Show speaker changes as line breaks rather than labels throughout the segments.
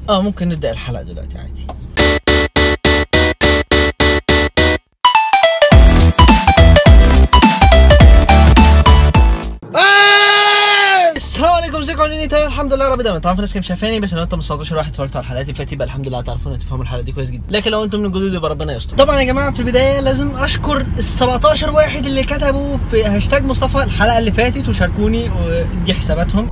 ممكن نبدأ الحلقة دلوقتي عادي. السلام عليكم، ازيكم عاملين ايه؟ تمام الحمد لله رب دايما. طبعا في ناس كانت شايفاني، بس لو انتم من 19 واحد اتفرجتوا على الحلقات اللي فاتت يبقى الحمد لله هتعرفونا تفهموا الحلقه دي كويس جدا، لكن لو انتم من الجدود يبقى ربنا يستر. طبعا يا جماعه في البدايه لازم اشكر ال 17 واحد اللي كتبوا في هاشتاج مصطفى الحلقه اللي فاتت وشاركوني ودي حساباتهم.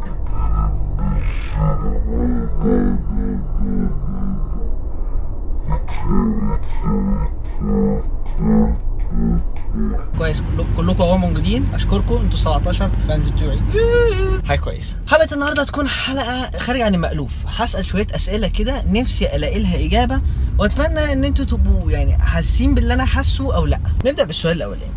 كويس، كلكم اهو موجودين، اشكركم انتوا 17 فانز بتوعي، حاجه كويسه. حلقه النهارده هتكون حلقه خارجه عن المألوف، هسأل شويه اسئله كده نفسي الاقي لها اجابه، واتمنى ان انتوا تبقوا يعني حاسين باللي انا حاسه او لا. نبدا بالسؤال الاولاني.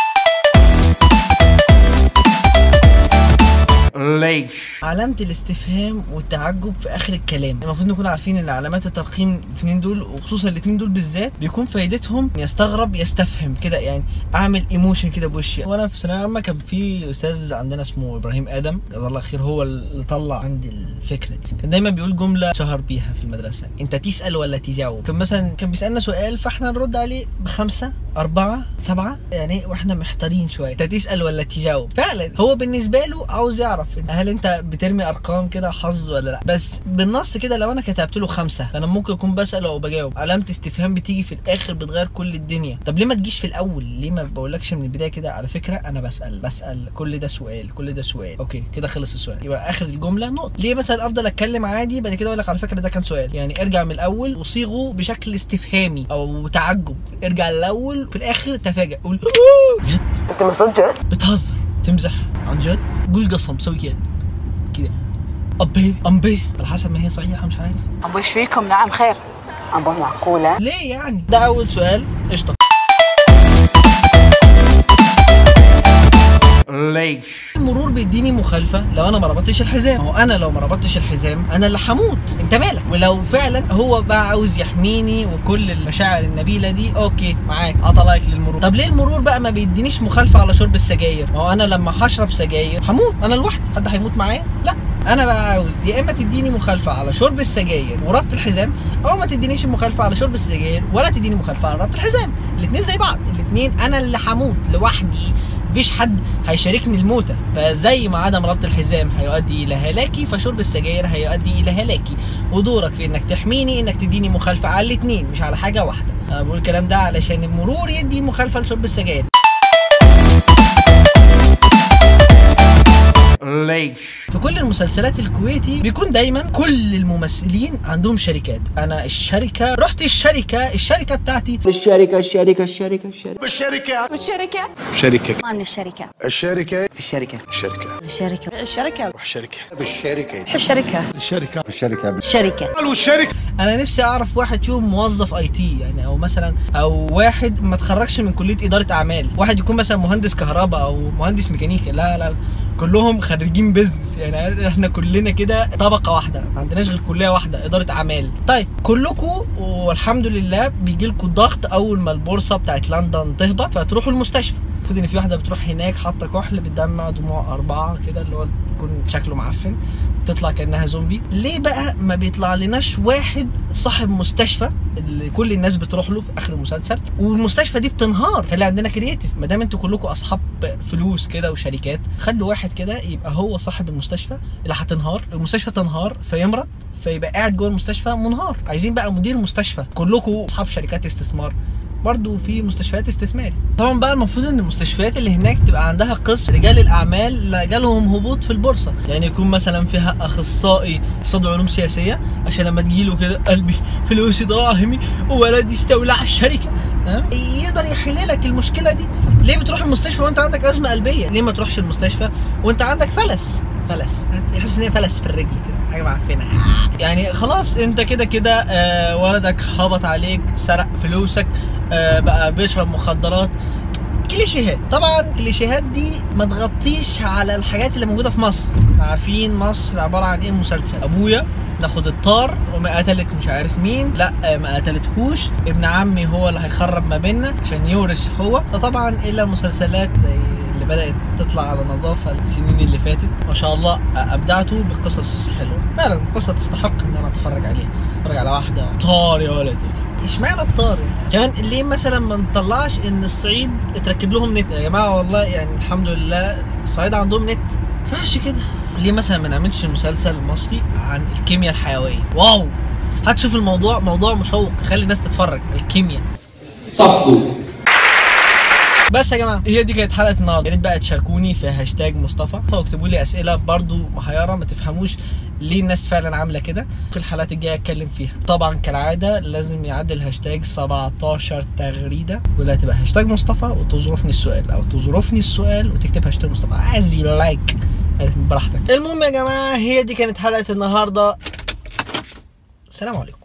ليش؟
علامة الاستفهام والتعجب في آخر الكلام، المفروض نكون عارفين إن علامات الترقيم الاثنين دول، وخصوصا الاثنين دول بالذات، بيكون فايدتهم يستغرب يستفهم كده، يعني أعمل إيموشن كده بوشي. وأنا في ثانوية عامة كان في أستاذ عندنا اسمه إبراهيم آدم، جزاه الله خير، هو اللي طلع عندي الفكرة دي. كان دايما بيقول جملة شهر بيها في المدرسة: أنت تسأل ولا تجاوب. كان مثلا بيسألنا سؤال فإحنا نرد عليه ب5 4 7 يعني، وإحنا محتارين شوية، أنت تسأل ولا تجاوب. فعلا هو بالنسبة له عاوز يعرف هل انت بترمي ارقام كده حظ ولا لا. بس بالنص كده لو انا كتبت له 5 فانا ممكن اكون بسال او بجاوب. علامه استفهام بتيجي في الاخر بتغير كل الدنيا. طب ليه ما تجيش في الاول؟ ليه ما بقولكش من البدايه كده على فكره انا بسال كل ده سؤال، كل ده سؤال؟ اوكي كده خلص السؤال، يبقى اخر الجمله نقطه. ليه مثلا افضل اتكلم عادي بعد كده اقول لك على فكره ده كان سؤال؟ يعني ارجع من الاول وصيغه بشكل استفهامي او تعجب. ارجع الاول في الاخر تفاجئ، قول جد؟
انت المفروض جد؟
بتهزر؟ تمزح؟ عن جد؟ قول قسم، سوي كده كده. أمبي على حسب ما هي صحيحة، مش عارف.
أبو ايش فيكم؟ نعم خير. أبو معقولة؟
ليه يعني؟ ده أول سؤال، قشطة.
ليش؟
المرور بيديني مخالفة لو أنا ما ربطتش الحزام. هو أنا لو ما ربطتش الحزام أنا اللي هموت، أنت مالك؟ ولو فعلا هو بقى عاوز يحميني وكل المشاعر النبيلة دي، أوكي معاك، أطلعك للمرور. طب ليه المرور بقى ما بيدينيش مخالفة على شرب السجاير؟ ما هو أنا لما هشرب سجاير هموت أنا لوحدي، حد هيموت معايا؟ لا. انا بقى عاوز يا اما تديني مخالفه على شرب السجاير وربط الحزام، او ما تدينيش مخالفه على شرب السجاير ولا تديني مخالفه على ربط الحزام. الاثنين زي بعض، الاثنين انا اللي هموت لوحدي، مفيش حد هيشاركني الموتة. فزي ما عدم ربط الحزام هيؤدي الى هلاكي، فشرب السجاير هيؤدي الى هلاكي، ودورك في انك تحميني انك تديني مخالفه على الاثنين مش على حاجه واحده. انا بقول الكلام ده علشان المرور يدي مخالفه لشرب السجاير.
ليش؟
في كل المسلسلات الكويتي بيكون دايما كل الممثلين عندهم شركات. انا الشركه، رحت الشركه بتاعتي
الشركة
بالشركة
ما من الشركة.
الشركة
في الشركة.
الشركة
الشركة. الشركة.
والشركة بالشركة
الشركة.
الشركة الشركة
الشركة.
قالوا الشركة.
انا نفسي اعرف واحد فيهم موظف IT يعني، او مثلا او واحد ما اتخرجش من كليه اداره اعمال، واحد يكون مثلا مهندس كهرباء او مهندس ميكانيكا. لا كلهم خريجين بيزنس، يعني احنا كلنا كده طبقه واحده، ما عندناش غير كليه واحده اداره اعمال. طيب كلكم والحمد لله بيجي لكم ضغط اول ما البورصه بتاعت لندن تهبط فتروحوا المستشفى. المفروض ان في واحده بتروح هناك حاطه كحل بتدمع دموع 4 كده، اللي هو بيكون شكله معفن، تطلع كانها زومبي. ليه بقى ما بيطلع لناش واحد صاحب مستشفى اللي كل الناس بتروح له في اخر المسلسل، والمستشفى دي بتنهار؟ خلي عندنا كرييتيف، ما دام انتوا كلكم اصحاب فلوس كده وشركات، خلوا واحد كده يبقى هو صاحب المستشفى اللي هتنهار، المستشفى تنهار فيمرض فيبقى قاعد جوه المستشفى منهار. عايزين بقى مدير مستشفى، كلكم اصحاب شركات استثمار، برضو في مستشفيات استثماري. طبعا بقى المفروض ان المستشفيات اللي هناك تبقى عندها قسم رجال الاعمال جالهم هبوط في البورصه، يعني يكون مثلا فيها اخصائي اقتصاد وعلوم سياسيه عشان لما تجيله كده قلبي فلوسي دراهمي وولدي استولى الشركه، يقدر يحل لك المشكله دي. ليه بتروح المستشفى وانت عندك ازمه قلبيه؟ ليه ما تروحش المستشفى وانت عندك فلس تحس ان هي فلس في الرجل كده، حاجه معفنه يعني. خلاص انت كده ولدك هبط عليك، سرق فلوسك، بقى بيشرب مخدرات. كليشيهات. طبعا الكليشيهات دي ما تغطيش على الحاجات اللي موجوده في مصر. عارفين مصر عباره عن ايه؟ مسلسل ابويا ناخد الطار وما قتلت مش عارف مين، لا ما قتلتهوش، ابن عمي هو اللي هيخرب ما بيننا عشان يورث هو. ده طبعا الا مسلسلات زي اللي بدات تطلع على نظافه السنين اللي فاتت. ما شاء الله ابدعتوا بقصص حلوه فعلا، قصه تستحق ان انا اتفرج عليها. اتفرج على واحده طار يا ولدي. اشمعنى الطار يعني؟ كمان ليه مثلا ما نطلعش ان الصعيد اتركب لهم نت يا جماعه؟ والله يعني الحمد لله الصعيد عندهم نت، ما ينفعش كده. ليه مثلا ما نعملش مسلسل مصري عن الكيمياء الحيويه؟ واو، هتشوف الموضوع موضوع مشوق، خلي الناس تتفرج. الكيمياء
صفو.
بس يا جماعه هي دي كانت حلقه النهارده. يا ريت بقى تشاركوني في هاشتاج مصطفى واكتبوا لي اسئله برضو محيره ما تفهموش ليه الناس فعلا عامله كده. كل الحلقات الجايه اتكلم فيها. طبعا كالعاده لازم يعدل هاشتاج 17 تغريده، ولا تبقى هاشتاج مصطفى وتظرفني السؤال، او تظرفني السؤال وتكتب هاشتاج مصطفى. عايز لايك براحتك. المهم يا جماعه هي دي كانت حلقه النهارده. السلام عليكم.